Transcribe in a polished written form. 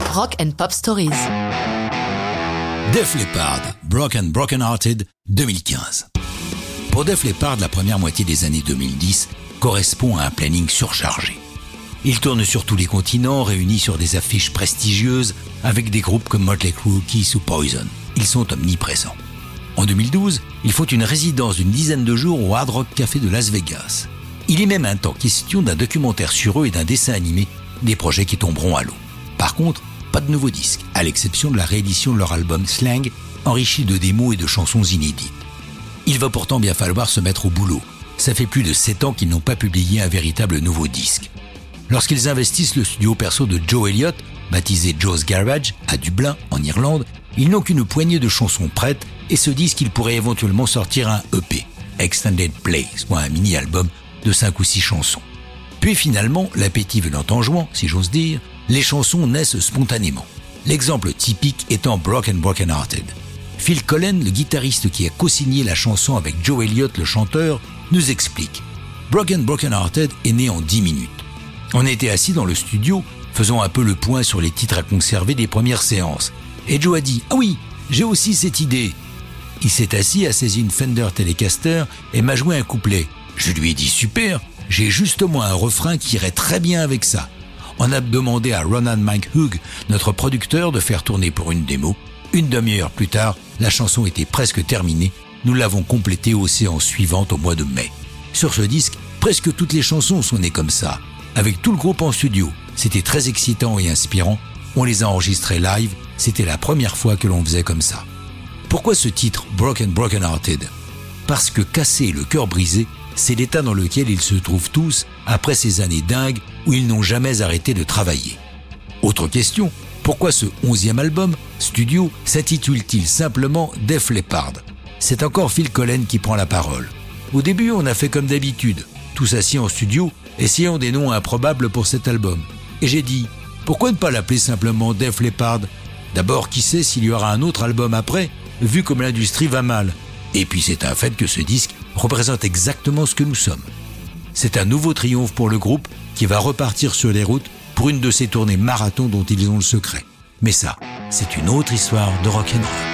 Rock and Pop Stories. Def Leppard, Broken Hearted, 2015. Pour Def Leppard, la première moitié des années 2010 correspond à un planning surchargé. Ils tournent sur tous les continents, réunis sur des affiches prestigieuses avec des groupes comme Motley Crue, Kiss ou Poison. Ils sont omniprésents. En 2012, ils font une résidence d'une dizaine de jours au Hard Rock Café de Las Vegas. Il est même un temps question d'un documentaire sur eux et d'un dessin animé, des projets qui tomberont à l'eau. Par contre, pas de nouveaux disques, à l'exception de la réédition de leur album Slang, enrichi de démos et de chansons inédites. Il va pourtant bien falloir se mettre au boulot. Ça fait plus de 7 ans qu'ils n'ont pas publié un véritable nouveau disque. Lorsqu'ils investissent le studio perso de Joe Elliott, baptisé Joe's Garage, à Dublin, en Irlande, ils n'ont qu'une poignée de chansons prêtes et se disent qu'ils pourraient éventuellement sortir un EP, Extended Plays, soit un mini-album de 5 ou 6 chansons. Puis finalement, l'appétit venant en jouant, si j'ose dire, les chansons naissent spontanément. L'exemple typique étant Broken Hearted. Phil Collen, le guitariste qui a co-signé la chanson avec Joe Elliott, le chanteur, nous explique. Broken Hearted est né en 10 minutes. On était assis dans le studio, faisant un peu le point sur les titres à conserver des premières séances. Et Joe a dit « Ah oui, j'ai aussi cette idée !» Il s'est assis, a saisi une Fender Telecaster et m'a joué un couplet. Je lui ai dit « Super, j'ai justement un refrain qui irait très bien avec ça !» On a demandé à Ronan Mike Hugh, notre producteur, de faire tourner pour une démo. Une demi-heure plus tard, la chanson était presque terminée. Nous l'avons complétée aux séances suivantes au mois de mai. Sur ce disque, presque toutes les chansons sont nées comme ça, avec tout le groupe en studio. C'était très excitant et inspirant. On les a enregistrés live. C'était la première fois que l'on faisait comme ça. Pourquoi ce titre, Broken Hearted ? Parce que casser le cœur brisé, c'est l'état dans lequel ils se trouvent tous après ces années dingues où ils n'ont jamais arrêté de travailler. Autre question, pourquoi ce 11e album, studio, s'intitule-t-il simplement Def Leppard ? C'est encore Phil Collen qui prend la parole. Au début, on a fait comme d'habitude, tous assis en studio, essayant des noms improbables pour cet album. Et j'ai dit, pourquoi ne pas l'appeler simplement Def Leppard ? D'abord, qui sait s'il y aura un autre album après, vu comme l'industrie va mal. Et puis c'est un fait que ce disque représente exactement ce que nous sommes. C'est un nouveau triomphe pour le groupe qui va repartir sur les routes pour une de ces tournées marathon dont ils ont le secret. Mais ça, c'est une autre histoire de rock'n'roll.